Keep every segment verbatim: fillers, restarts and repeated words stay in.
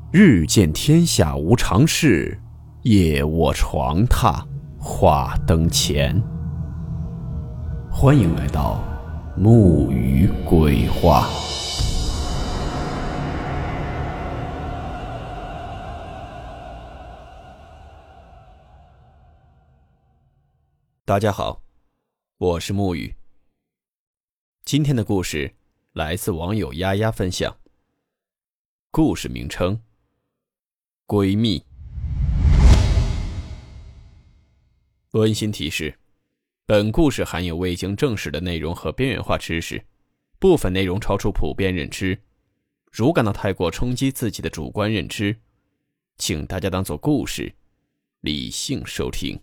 日见天下无常事，夜卧床榻话灯前。欢迎来到木鱼鬼话。大家好，我是木鱼。今天的故事来自网友丫丫分享，故事名称：闺蜜。温馨提示：本故事含有未经证实的内容和边缘化知识，部分内容超出普遍认知，如感到太过冲击自己的主观认知，请大家当作故事，理性收听。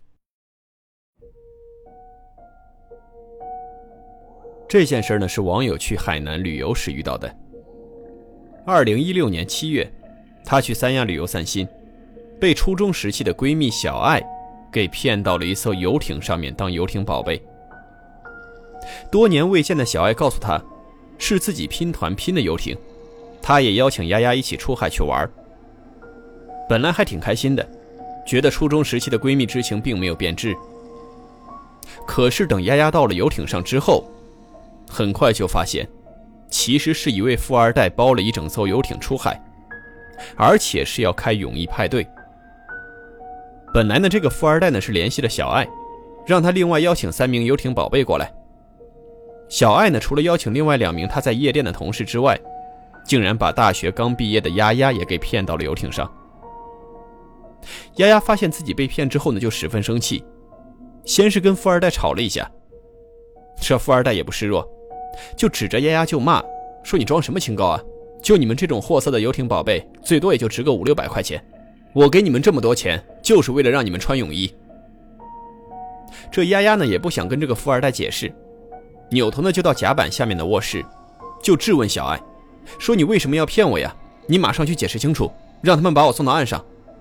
这件事呢，是网友去海南旅游时遇到的。二零一六年七月，她去三亚旅游散心，被初中时期的闺蜜小爱给骗到了一艘游艇上面当游艇宝贝。多年未见的小爱告诉她，是自己拼团拼的游艇，她也邀请丫丫一起出海去玩。本来还挺开心的，觉得初中时期的闺蜜之情并没有变质。可是等丫丫到了游艇上之后，很快就发现其实是一位富二代包了一整艘游艇出海，而且是要开泳衣派对。本来呢，这个富二代呢是联系了小爱，让他另外邀请三名游艇宝贝过来。小爱呢，除了邀请另外两名他在夜店的同事之外，竟然把大学刚毕业的丫丫也给骗到了游艇上。丫丫发现自己被骗之后呢，就十分生气，先是跟富二代吵了一架，这富二代也不示弱，就指着丫丫就骂，说你装什么清高啊，就你们这种货色的游艇宝贝，最多也就值个五六百块钱，我给你们这么多钱就是为了让你们穿泳衣。这丫丫呢也不想跟这个富二代解释，扭头呢就到甲板下面的卧室，就质问小爱，说你为什么要骗我呀，你马上去解释清楚，让他们把我送到岸上。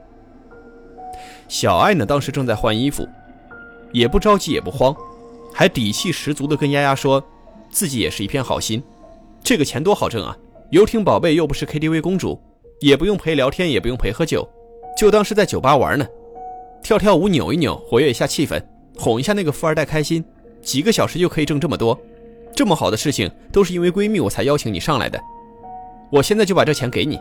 小爱呢当时正在换衣服，也不着急也不慌，还底气十足地跟丫丫说自己也是一片好心，这个钱多好挣啊，游艇宝贝又不是 K T V 公主，也不用陪聊天，也不用陪喝酒，就当是在酒吧玩呢，跳跳舞扭一扭，活跃一下气氛，哄一下那个富二代开心，几个小时就可以挣这么多，这么好的事情都是因为闺蜜我才邀请你上来的，我现在就把这钱给你。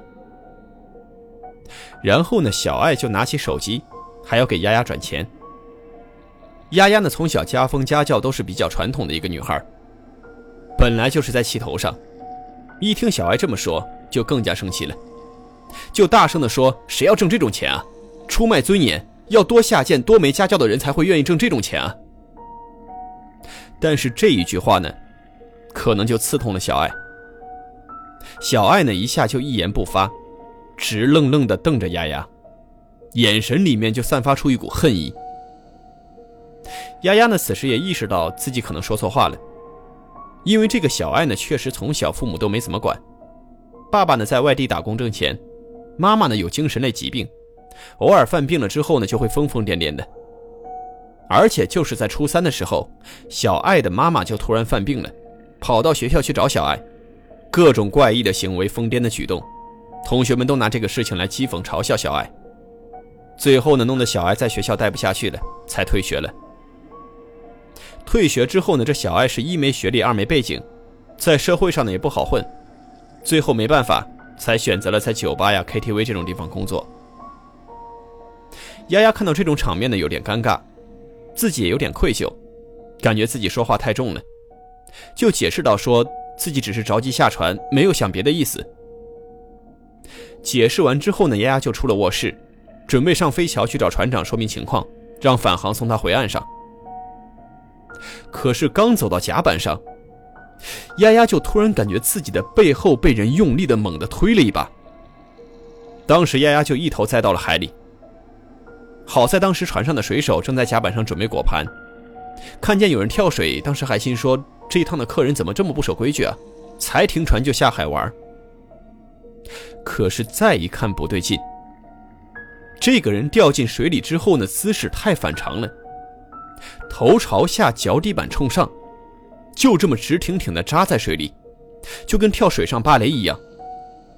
然后呢，小爱就拿起手机还要给丫丫转钱。丫丫呢从小家风家教都是比较传统的一个女孩，本来就是在气头上，一听小爱这么说就更加生气了，就大声地说，谁要挣这种钱啊，出卖尊严，要多下贱多没家教的人才会愿意挣这种钱啊。但是这一句话呢可能就刺痛了小爱。小爱呢一下就一言不发，直愣愣地瞪着丫丫，眼神里面就散发出一股恨意。丫丫呢此时也意识到自己可能说错话了，因为这个小爱呢确实从小父母都没怎么管，爸爸呢在外地打工挣钱，妈妈呢有精神类疾病，偶尔犯病了之后呢就会疯疯癫癫的。而且就是在初三的时候，小爱的妈妈就突然犯病了，跑到学校去找小爱，各种怪异的行为，疯癫的举动，同学们都拿这个事情来讥讽嘲笑小爱，最后呢弄得小爱在学校待不下去了，才退学了。退学之后呢，这小爱是一没学历二没背景，在社会上呢也不好混，最后没办法才选择了在酒吧呀 K T V 这种地方工作。丫丫看到这种场面呢有点尴尬，自己也有点愧疚，感觉自己说话太重了，就解释到说自己只是着急下船，没有想别的意思。解释完之后呢，丫丫就出了卧室，准备上飞桥去找船长说明情况，让返航送她回岸上。可是刚走到甲板上，丫丫就突然感觉自己的背后被人用力的猛地推了一把，当时丫丫就一头栽到了海里。好在当时船上的水手正在甲板上准备果盘，看见有人跳水，当时还心说这一趟的客人怎么这么不守规矩啊，才停船就下海玩。可是再一看不对劲，这个人掉进水里之后呢，姿势太反常了，头朝下，脚底板冲上，就这么直挺挺地扎在水里，就跟跳水上芭蕾一样。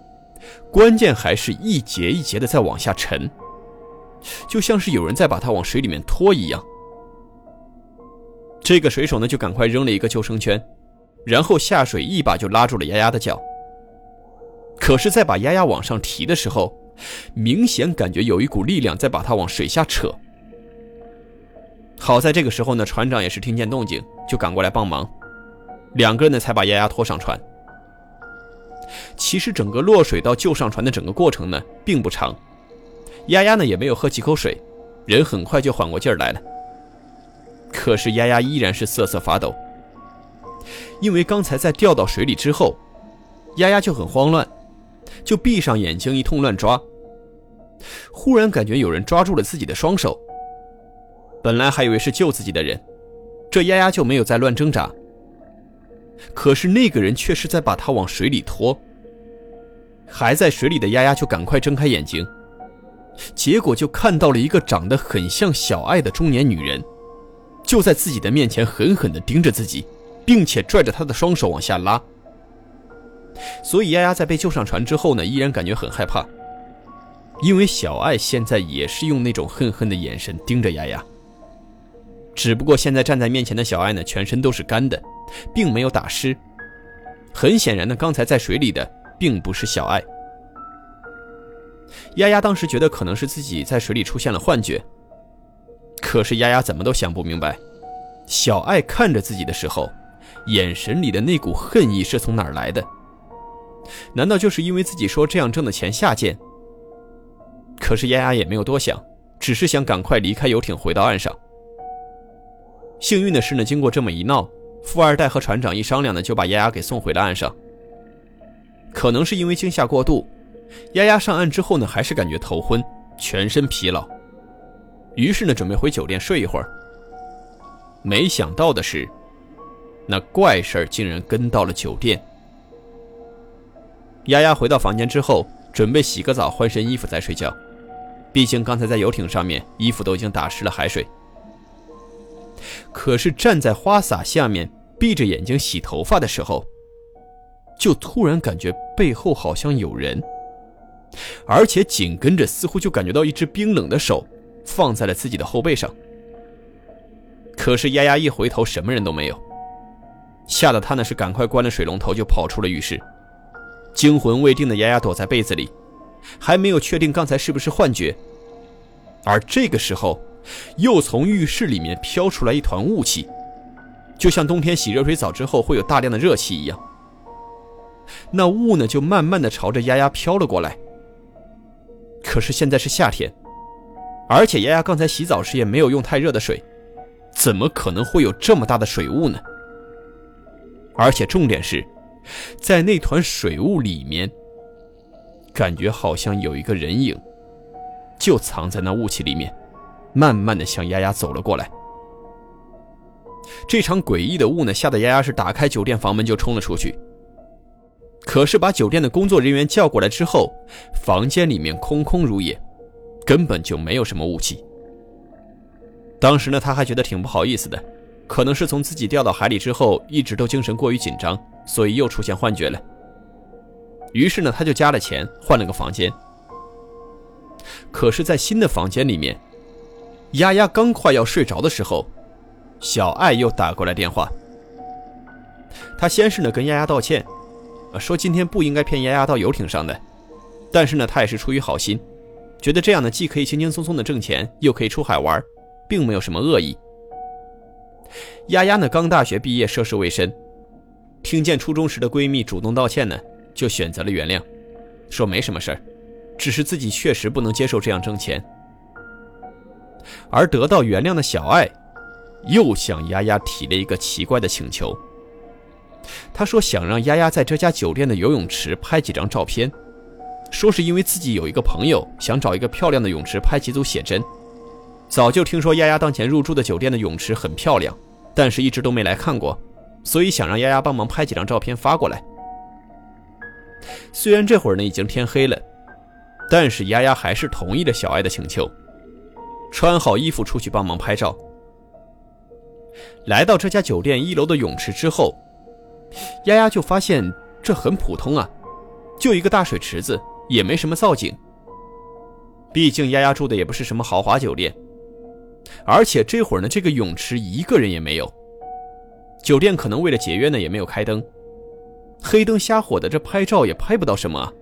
关键还是一节一节的在往下沉，就像是有人在把他往水里面拖一样。这个水手呢，就赶快扔了一个救生圈，然后下水一把就拉住了丫丫的脚。可是在把丫丫往上提的时候，明显感觉有一股力量在把他往水下扯。好在这个时候呢，船长也是听见动静就赶过来帮忙，两个人呢才把丫丫拖上船。其实整个落水到救上船的整个过程呢并不长，丫丫呢也没有喝几口水，人很快就缓过劲儿来了。可是丫丫依然是瑟瑟发抖，因为刚才在掉到水里之后，丫丫就很慌乱，就闭上眼睛一通乱抓。忽然感觉有人抓住了自己的双手，本来还以为是救自己的人，这丫丫就没有再乱挣扎。可是那个人却是在把她往水里拖。还在水里的丫丫就赶快睁开眼睛，结果就看到了一个长得很像小爱的中年女人，就在自己的面前狠狠地盯着自己，并且拽着她的双手往下拉。所以丫丫在被救上船之后呢，依然感觉很害怕，因为小爱现在也是用那种恨恨的眼神盯着丫丫。只不过现在站在面前的小爱呢，全身都是干的，并没有打湿。很显然呢，刚才在水里的并不是小爱。丫丫当时觉得可能是自己在水里出现了幻觉，可是丫丫怎么都想不明白，小爱看着自己的时候，眼神里的那股恨意是从哪儿来的？难道就是因为自己说这样挣的钱下贱？可是丫丫也没有多想，只是想赶快离开游艇回到岸上。幸运的是呢，经过这么一闹，富二代和船长一商量呢，就把丫丫给送回了岸上。可能是因为惊吓过度，丫丫上岸之后呢，还是感觉头昏，全身疲劳，于是呢准备回酒店睡一会儿。没想到的是，那怪事竟然跟到了酒店。丫丫回到房间之后，准备洗个澡换身衣服再睡觉，毕竟刚才在游艇上面衣服都已经打湿了海水。可是站在花洒下面闭着眼睛洗头发的时候，就突然感觉背后好像有人，而且紧跟着似乎就感觉到一只冰冷的手放在了自己的后背上。可是丫丫一回头，什么人都没有，吓得她呢是赶快关了水龙头就跑出了浴室。惊魂未定的丫丫躲在被子里，还没有确定刚才是不是幻觉。而这个时候又从浴室里面飘出来一团雾气，就像冬天洗热水澡之后会有大量的热气一样。那雾呢就慢慢的朝着丫丫飘了过来。可是现在是夏天，而且丫丫刚才洗澡时也没有用太热的水，怎么可能会有这么大的水雾呢？而且重点是，在那团水雾里面，感觉好像有一个人影就藏在那雾气里面，慢慢的向丫丫走了过来。这场诡异的雾呢，吓得丫丫是打开酒店房门就冲了出去。可是把酒店的工作人员叫过来之后，房间里面空空如也，根本就没有什么雾气。当时呢，他还觉得挺不好意思的，可能是从自己掉到海里之后一直都精神过于紧张，所以又出现幻觉了。于是呢，他就加了钱换了个房间。可是在新的房间里面，丫丫刚快要睡着的时候，小爱又打过来电话。他先是呢跟丫丫道歉，说今天不应该骗丫丫到游艇上的，但是呢他也是出于好心，觉得这样呢既可以轻轻松松的挣钱，又可以出海玩，并没有什么恶意。丫丫呢刚大学毕业，涉世未深，听见初中时的闺蜜主动道歉呢，就选择了原谅，说没什么事儿，只是自己确实不能接受这样挣钱。而得到原谅的小爱又向丫丫提了一个奇怪的请求，他说想让丫丫在这家酒店的游泳池拍几张照片，说是因为自己有一个朋友想找一个漂亮的泳池拍几组写真，早就听说丫丫当前入住的酒店的泳池很漂亮，但是一直都没来看过，所以想让丫丫帮忙拍几张照片发过来。虽然这会儿呢已经天黑了，但是丫丫还是同意了小爱的请求，穿好衣服出去帮忙拍照。来到这家酒店一楼的泳池之后，丫丫就发现这很普通啊，就一个大水池子， 也没什么造景。毕竟丫丫住的也不是什么豪华酒店，而且这会儿呢，这个泳池一个人也没有。酒店可能为了节约呢，也没有开灯，黑灯瞎火的，这拍照也拍不到什么啊。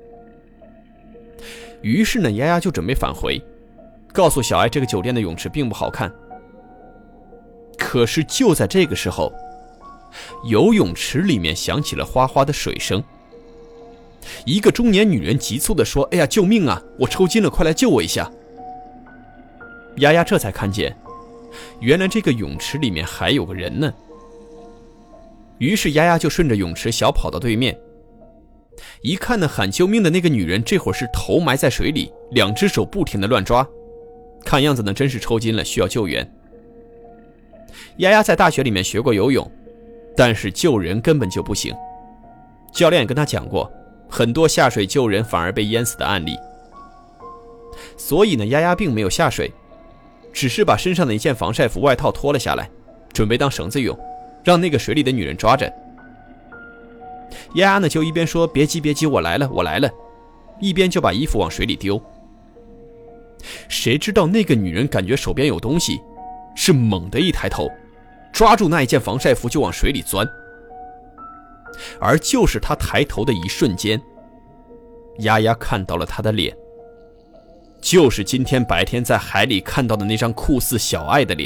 于是呢，丫丫就准备返回，告诉小艾这个酒店的泳池并不好看。可是就在这个时候，游泳池里面响起了哗哗的水声。一个中年女人急促地说：“哎呀，救命啊！我抽筋了，快来救我一下！”丫丫这才看见，原来这个泳池里面还有个人呢。于是丫丫就顺着泳池小跑到对面，一看呢，喊救命的那个女人这会儿是头埋在水里，两只手不停地乱抓，看样子呢真是抽筋了，需要救援。丫丫在大学里面学过游泳，但是救人根本就不行。教练也跟她讲过，很多下水救人反而被淹死的案例。所以呢，丫丫并没有下水，只是把身上的一件防晒服外套脱了下来，准备当绳子用，让那个水里的女人抓着。丫丫呢就一边说别急别急，我来了我来了，一边就把衣服往水里丢。谁知道那个女人感觉手边有东西，是猛地一抬头，抓住那一件防晒服就往水里钻。而就是她抬头的一瞬间，丫丫看到了她的脸，就是今天白天在海里看到的那张酷似小爱的脸。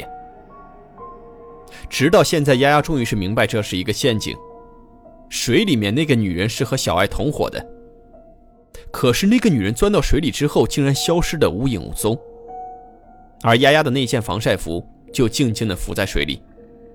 直到现在，丫丫终于是明白这是一个陷阱，水里面那个女人是和小爱同伙的。可是那个女人钻到水里之后竟然消失得无影无踪，而丫丫的那件防晒服就静静地浮在水里。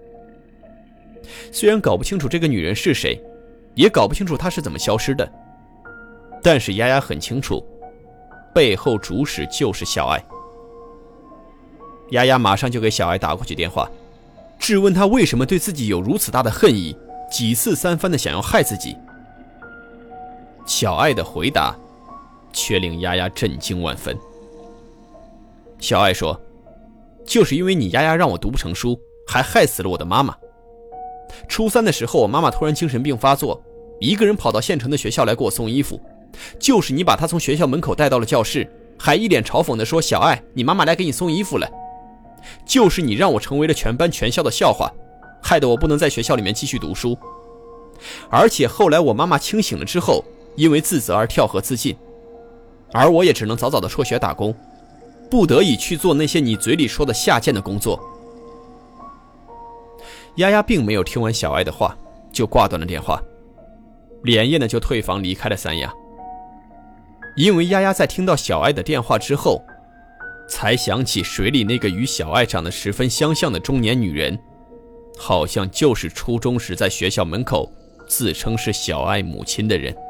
虽然搞不清楚这个女人是谁，也搞不清楚她是怎么消失的，但是丫丫很清楚，背后主使就是小爱。丫丫马上就给小爱打过去电话，质问她为什么对自己有如此大的恨意，几次三番的想要害自己。小爱的回答却令丫丫震惊万分。小爱说，就是因为你丫丫让我读不成书，还害死了我的妈妈。初三的时候，我妈妈突然精神病发作，一个人跑到县城的学校来给我送衣服，就是你把她从学校门口带到了教室，还一脸嘲讽地说，小爱，你妈妈来给你送衣服了。就是你让我成为了全班全校的笑话，害得我不能在学校里面继续读书。而且后来我妈妈清醒了之后，因为自责而跳河自尽，而我也只能早早的辍学打工，不得已去做那些你嘴里说的下贱的工作。丫丫并没有听完小爱的话就挂断了电话，连夜呢就退房离开了三亚。因为丫丫在听到小爱的电话之后，才想起水里那个与小爱长得十分相像的中年女人，好像就是初中时在学校门口自称是小爱母亲的人。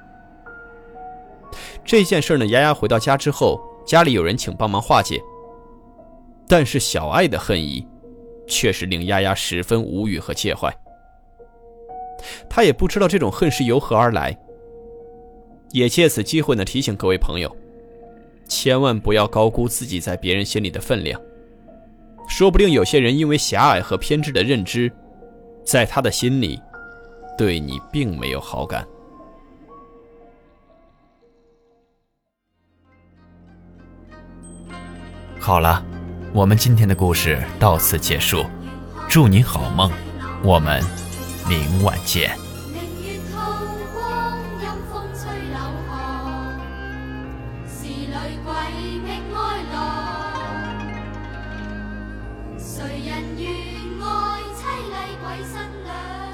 这件事呢，丫丫回到家之后，家里有人请帮忙化解，但是小爱的恨意却是令丫丫十分无语和介怀。她也不知道这种恨是由何而来，也借此机会呢提醒各位朋友，千万不要高估自己在别人心里的分量。说不定有些人因为狭隘和偏执的认知，在他的心里对你并没有好感。 好了，我们今天的故事到此结束，祝您好梦，我们明晚见。 谁人愿爱凄厉鬼新娘？